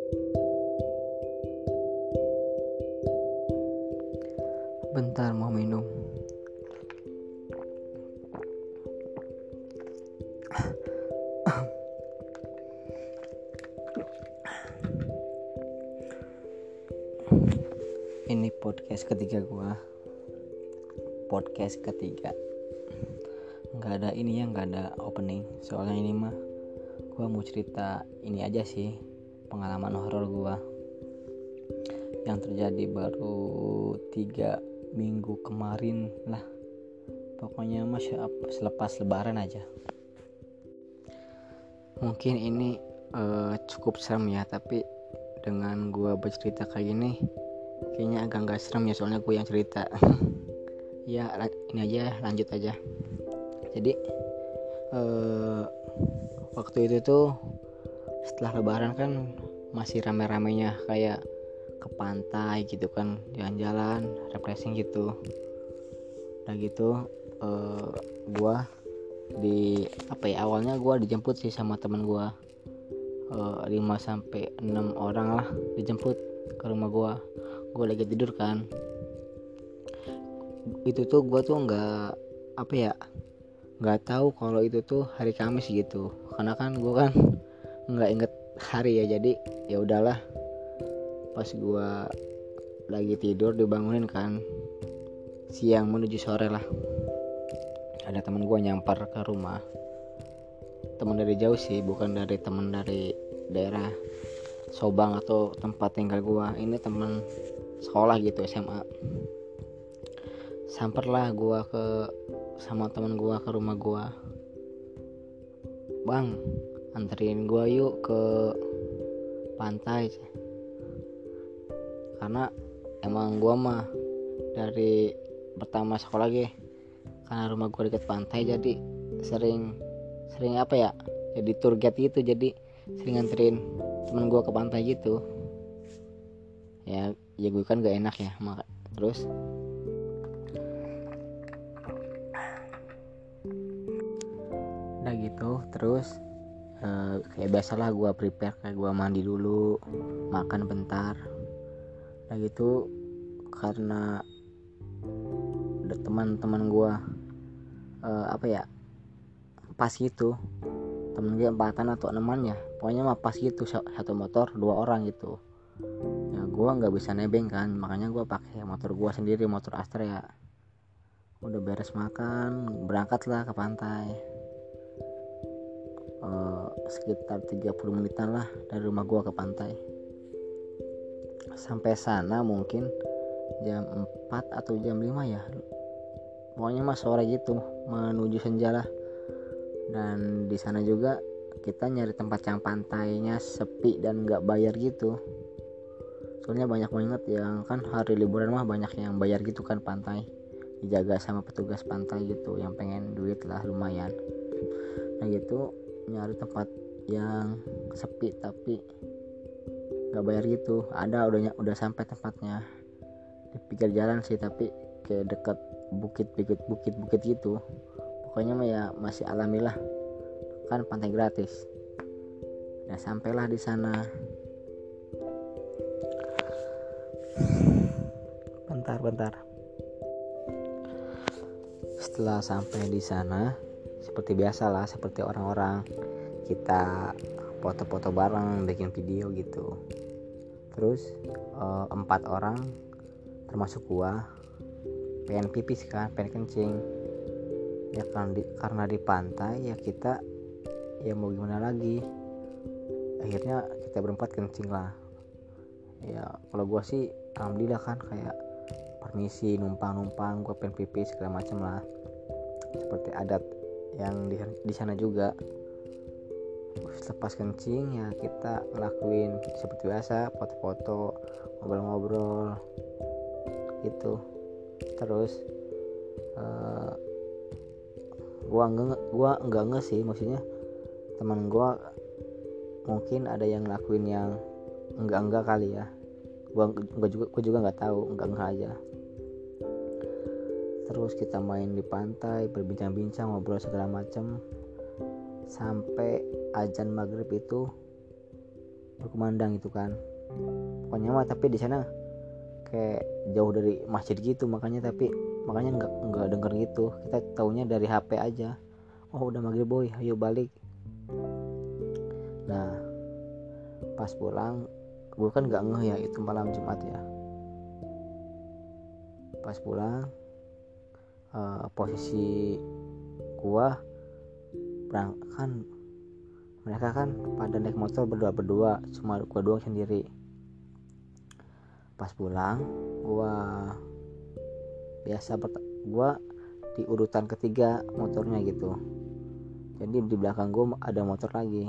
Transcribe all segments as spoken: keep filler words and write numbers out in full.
Bentar mau minum. Ini podcast ketiga gua. Podcast ketiga. Nggak ada ini ya, nggak ada opening. Soalnya ini mah gua mau cerita ini aja sih, pengalaman horor gua yang terjadi baru tiga minggu kemarin lah. Pokoknya mah selepas lebaran aja. Mungkin ini uh, cukup serem ya, tapi dengan gua bercerita kayak gini kayaknya agak nggak serem ya, soalnya gue yang cerita. Ya ini aja, lanjut aja. Jadi uh, waktu itu tuh setelah lebaran kan masih rame-ramenya kayak ke pantai gitu kan, jalan-jalan refreshing gitu. Udah gitu uh, gue di apa ya awalnya gue dijemput sih sama teman gue, uh, lima sampai enam orang lah dijemput ke rumah gue. Gue lagi tidur kan, itu tuh gue tuh nggak apa ya nggak tahu kalau itu tuh hari Kamis gitu, karena kan gue kan nggak inget hari ya. Jadi ya udahlah, pas gue lagi tidur dibangunin kan, siang menuju sore lah, ada temen gue nyampar ke rumah. Temen dari jauh sih, bukan dari temen dari daerah Sobang atau tempat tinggal gue. Ini temen sekolah gitu, S M A. Samperlah gue ke sama temen gue ke rumah gue. Bang, anterin gue yuk ke pantai. Karena emang gue mah dari pertama sekolah ge, karena rumah gue deket pantai, jadi sering sering apa ya jadi tour guide gitu, jadi sering nganterin temen gue ke pantai gitu ya. Ya gue kan gak enak ya, maka terus udah gitu terus uh, kayak biasalah gue prepare, kayak gue mandi dulu, makan bentar. Udah gitu karena ada teman-teman gue uh, apa ya pas gitu, temen gue empatan atau enaman ya, pokoknya mah pas gitu, satu motor dua orang gitu ya. Gue nggak bisa nebeng kan, makanya gue pakai motor gue sendiri, motor Astra ya. Udah beres makan, berangkatlah ke pantai. Uh, sekitar tiga puluh menitan lah dari rumah gue ke pantai. Sampai sana mungkin jam empat atau jam lima ya, pokoknya mah sore gitu, menuju senja lah. Dan di sana juga kita nyari tempat yang pantainya sepi dan nggak bayar gitu. Soalnya banyak banget yang kan hari liburan mah banyak yang bayar gitu kan, pantai dijaga sama petugas pantai gitu, yang pengen duit lah lumayan. Nah gitu nyari tempat yang sepi tapi nggak bayar gitu. Ada udah udah sampai tempatnya di pinggir jalan sih, tapi kayak deket bukit-bukit bukit-bukit gitu. Pokoknya mah ya masih alami lah, kan pantai gratis. Nah sampailah di sana. Bentar-bentar. Setelah sampai di sana, seperti biasa lah, seperti orang-orang, kita foto-foto bareng, bikin video gitu. Terus uh, empat orang termasuk gua pengen pipis kan, pengen kencing ya kan, di, karena di pantai ya kita ya mau gimana lagi, akhirnya kita berempat kencing lah ya. Kalau gua sih alhamdulillah kan, kayak permisi numpang-numpang, gua pengen pipis segala macam lah, seperti adat yang di, di sana juga. Lepas kencing ya kita ngelakuin seperti biasa, foto-foto, ngobrol-ngobrol gitu. Terus uh, gua enggak gua enggak enggak sih, maksudnya teman gua mungkin ada yang ngelakuin yang enggak-enggak kali ya. Gua enggak juga gua juga enggak tahu, enggak-enggak aja. Terus kita main di pantai, berbincang-bincang, ngobrol segala macam sampai azan maghrib itu berkumandang gitu kan. Pokoknya mah tapi di sana kayak jauh dari masjid gitu, makanya tapi makanya nggak nggak denger gitu, kita taunya dari H P aja. Oh udah maghrib boy, ayo balik. Nah pas pulang gue kan nggak ngeh ya itu malam Jumat ya. Pas pulang uh, posisi gue berang kan mereka kan pada naik motor berdua berdua, cuma gue doang sendiri. Pas pulang gue biasa gue di urutan ketiga motornya gitu, jadi di belakang gue ada motor lagi.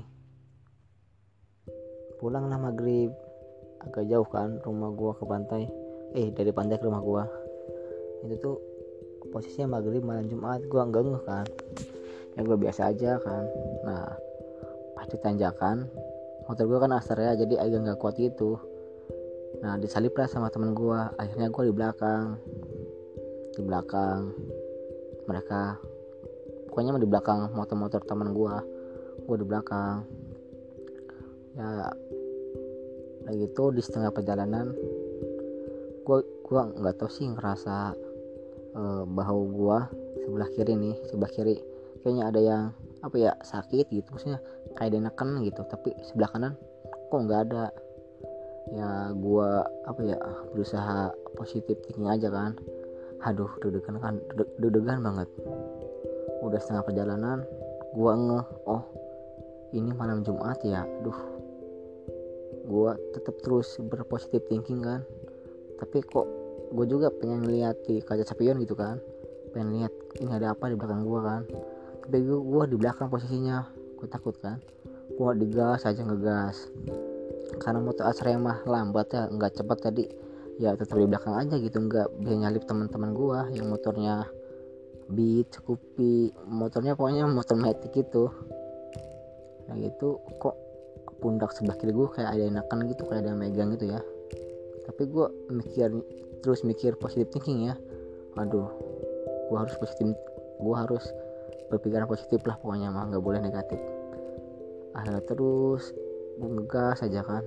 Pulanglah maghrib, agak jauh kan rumah gue ke pantai, eh dari pantai ke rumah gue itu tuh posisinya maghrib malam Jumat. Gue enggak ngeh kan, ya gue biasa aja kan. Nah pas di tanjakan motor gue kan Aster ya, jadi agak nggak kuat gitu. Nah disalip lah sama temen gue, akhirnya gue di belakang di belakang mereka, pokoknya di belakang motor-motor teman gue gue di belakang ya. Udah gitu di setengah perjalanan gue gue nggak tahu sih ngerasa eh, bahu gue sebelah kiri nih sebelah kiri kayaknya ada yang apa ya sakit gitu, maksudnya kayak dinekan gitu, tapi sebelah kanan kok nggak ada. Ya gue apa ya berusaha positif thinking aja kan. Aduh deg-degan kan deg-degan banget. Udah setengah perjalanan gue ngeh, oh ini malam Jumat ya. Duh gue tetap terus berpositif thinking kan, tapi kok gue juga pengen lihat di kaca spion gitu kan, pengen lihat ini ada apa di belakang gue kan, tapi gue, gue di belakang posisinya. Gue takut kan, gue digas aja ngegas karena motor asrema lambat ya, nggak cepat tadi ya, tetap di belakang aja gitu, nggak bisa nyalip teman-teman gue yang motornya Beat, Scoopy, motornya pokoknya motor matic gitu. Nah gitu kok pundak sebelah kiri gue kayak ada yang neken gitu, kayak ada yang megang gitu ya. Tapi gue mikir terus mikir positive thinking ya. Aduh, gue harus positif, gue harus berpikiran positif lah pokoknya mah, nggak boleh negatif. Akhirnya terus gue ngegas aja kan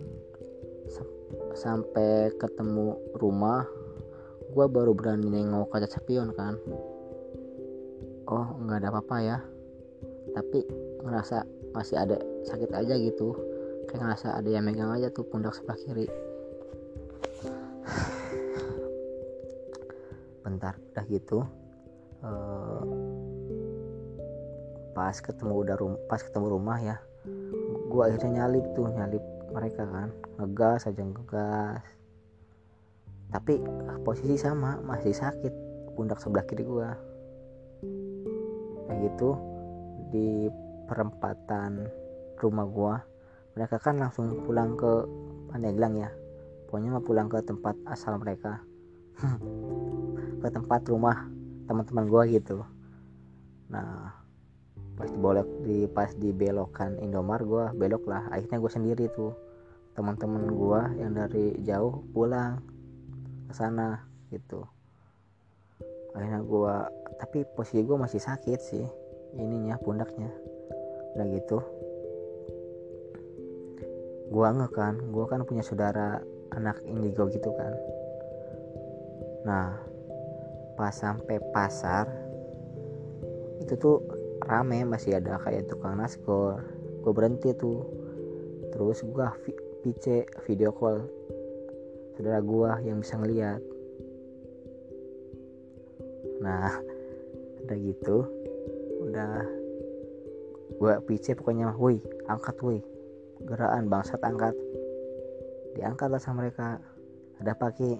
sampai ketemu rumah. Gue baru berani nengok kaca spion kan, oh nggak ada apa-apa ya, tapi ngerasa masih ada sakit aja gitu, kayak ngerasa ada yang megang aja tuh pundak sebelah kiri. Bentar udah gitu uh, pas ketemu udah rum- pas ketemu rumah ya, gue akhirnya nyalip tuh nyalip mereka kan, ngegas aja ngegas, tapi posisi sama masih sakit pundak sebelah kiri gue. Kayak gitu di perempatan rumah gue, mereka kan langsung pulang ke Pandeglang ya, pokoknya mah pulang ke tempat asal mereka ke tempat rumah teman-teman gue gitu. Nah pas dibolak di pas dibelokan Indomar, gue belok lah, akhirnya gue sendiri tuh, teman-teman gue yang dari jauh pulang ke sana gitu. Akhirnya gue, tapi posisi gue masih sakit sih ininya pundaknya. Udah gitu gue ngeh kan, gue kan punya saudara anak indigo gitu kan. Nah pas sampai pasar itu tuh rame, masih ada kayak tukang naskor. Gue berhenti tuh, terus gue V C video call saudara gue yang bisa ngeliat. Nah udah gitu udah gue P C pokoknya, woi angkat woi, gerakan bangsat angkat. Diangkat lah sama mereka, ada apa Ki?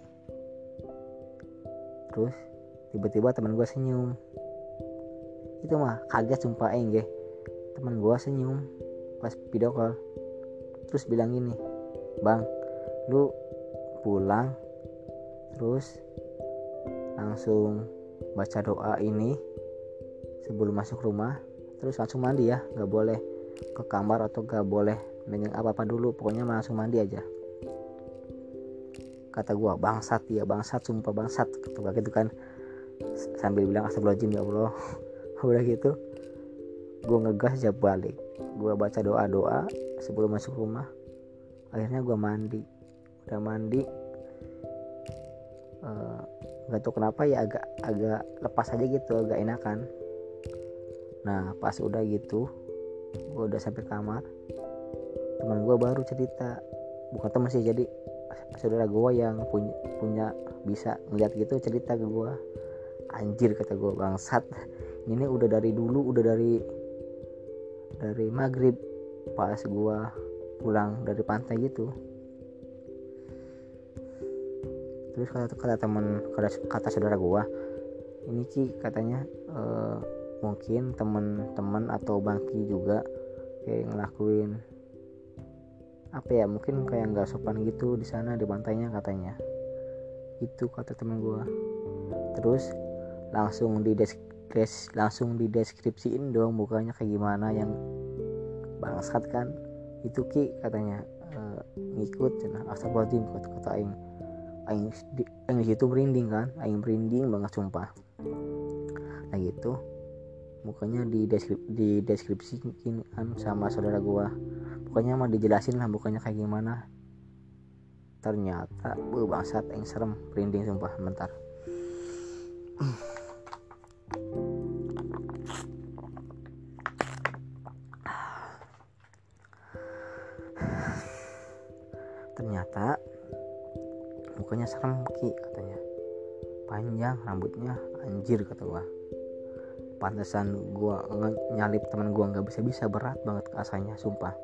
Terus tiba-tiba teman gue senyum, itu mah kaget sumpah enggak, teman gue senyum pas video call, terus bilang gini, bang lu pulang terus langsung baca doa ini sebelum masuk rumah, terus langsung mandi ya, gak boleh ke kamar atau gak boleh megang apa-apa dulu, pokoknya langsung mandi aja. Kata gua bangsat ya, bangsat sumpah bangsat, kata gua gitu kan sambil bilang astagfirullahaladzim ya Allah. Udah gitu gua ngegas aja balik, gua baca doa-doa sebelum masuk rumah. Akhirnya gue mandi, udah mandi uh, nggak tahu kenapa ya agak agak lepas aja gitu, agak enakan. Nah pas udah gitu gue udah sampai kamar, teman gue baru cerita, bukan teman sih, jadi saudara gue yang punya punya bisa ngeliat gitu cerita ke gue. Anjir kata gue, bangsat ini udah dari dulu, udah dari dari maghrib pas gue pulang dari pantai gitu. Terus kata kata teman kata, kata saudara gue, ini Ki katanya e, mungkin teman-teman atau Bangki juga kayak ngelakuin apa ya, mungkin kayak nggak sopan gitu di sana di pantainya katanya. Itu kata teman gue. Terus langsung di des, des langsung dideskripsiin dong mukanya kayak gimana, yang bangsat kan itu Ki katanya e, ngikut cenah. Astagfirullahaladzim kata kata aing. Aing di, aing di situ merinding kan, aing merinding banget sumpah. Nah gitu mukanya di deskrip, di deskripsiin sama saudara gua, pokoknya mah dijelasin lah mukanya kayak gimana. Ternyata bu bangsat aing serem, merinding sumpah bentar. Ternyata mukanya serem Ki katanya, panjang rambutnya, anjir kata gua. Pantesan gua nyalip teman gua nggak bisa-bisa, berat banget asanya sumpah.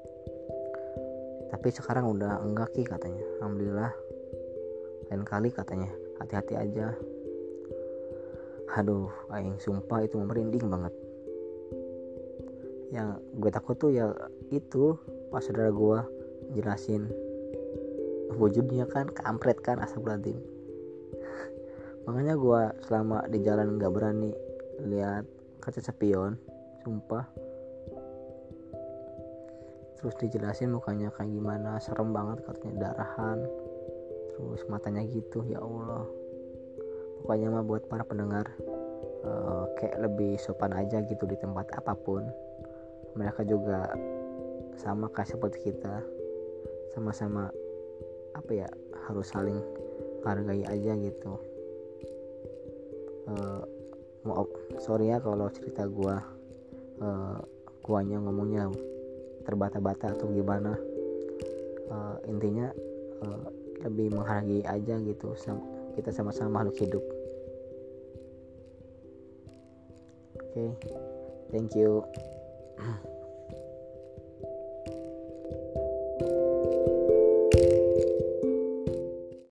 Tapi sekarang udah enggak Ki katanya, alhamdulillah. Lain kali katanya hati-hati aja. Aduh aing sumpah itu merinding banget. Yang gue takut tuh ya itu pas saudara gua jelasin wujudnya kan kampret kan, astagfirullahaladzim. Makanya gue selama di jalan nggak berani lihat kaca spion sumpah. Terus dijelasin mukanya kayak gimana, serem banget katanya, darahan, terus matanya gitu, ya Allah. Pokoknya mah buat para pendengar uh, kayak lebih sopan aja gitu di tempat apapun. Mereka juga sama kayak seperti kita, sama-sama apa ya, harus saling hargai aja gitu. Uh, maaf sorry ya kalau cerita gua uh, guanya ngomongnya terbata-bata atau gimana. Uh, intinya uh, lebih menghargai aja gitu, kita sama-sama makhluk hidup. Oke okay. Thank you.